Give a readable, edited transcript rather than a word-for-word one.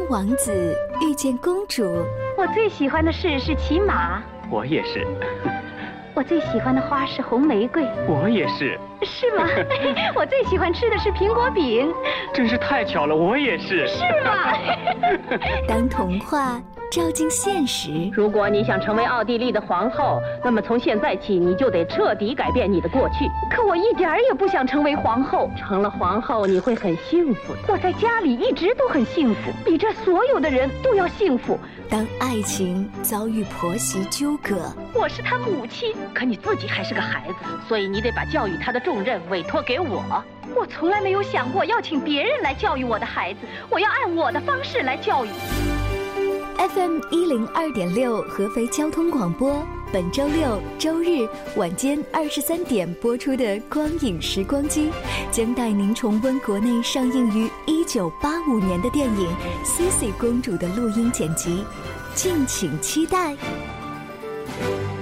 王子遇见公主。 我最喜欢的事是骑马。 我也是。 我最喜欢的花是红玫瑰。 我也是。 是吗？我最喜欢吃的是苹果饼。 真是太巧了，我也是。 是吗？ 当童话照进现实。 如果你想成为奥地利的皇后，那么从现在起你就得彻底改变你的过去。 可我一点儿也不想成为皇后。 成了皇后你会很幸福的。 我在家里一直都很幸福，比这所有的人都要幸福。 当爱情遭遇婆媳纠葛。 我是他母亲， 可你自己还是个孩子，所以你得把教育他的重任委托给我。 我从来没有想过要请别人来教育我的孩子，我要按我的方式来教育。 FM 102.6合肥交通广播，本周六、周日晚间23点播出的《光影时光机》，将带您重温国内上映于1985年的电影《茜茜公主》的录音剪辑，敬请期待。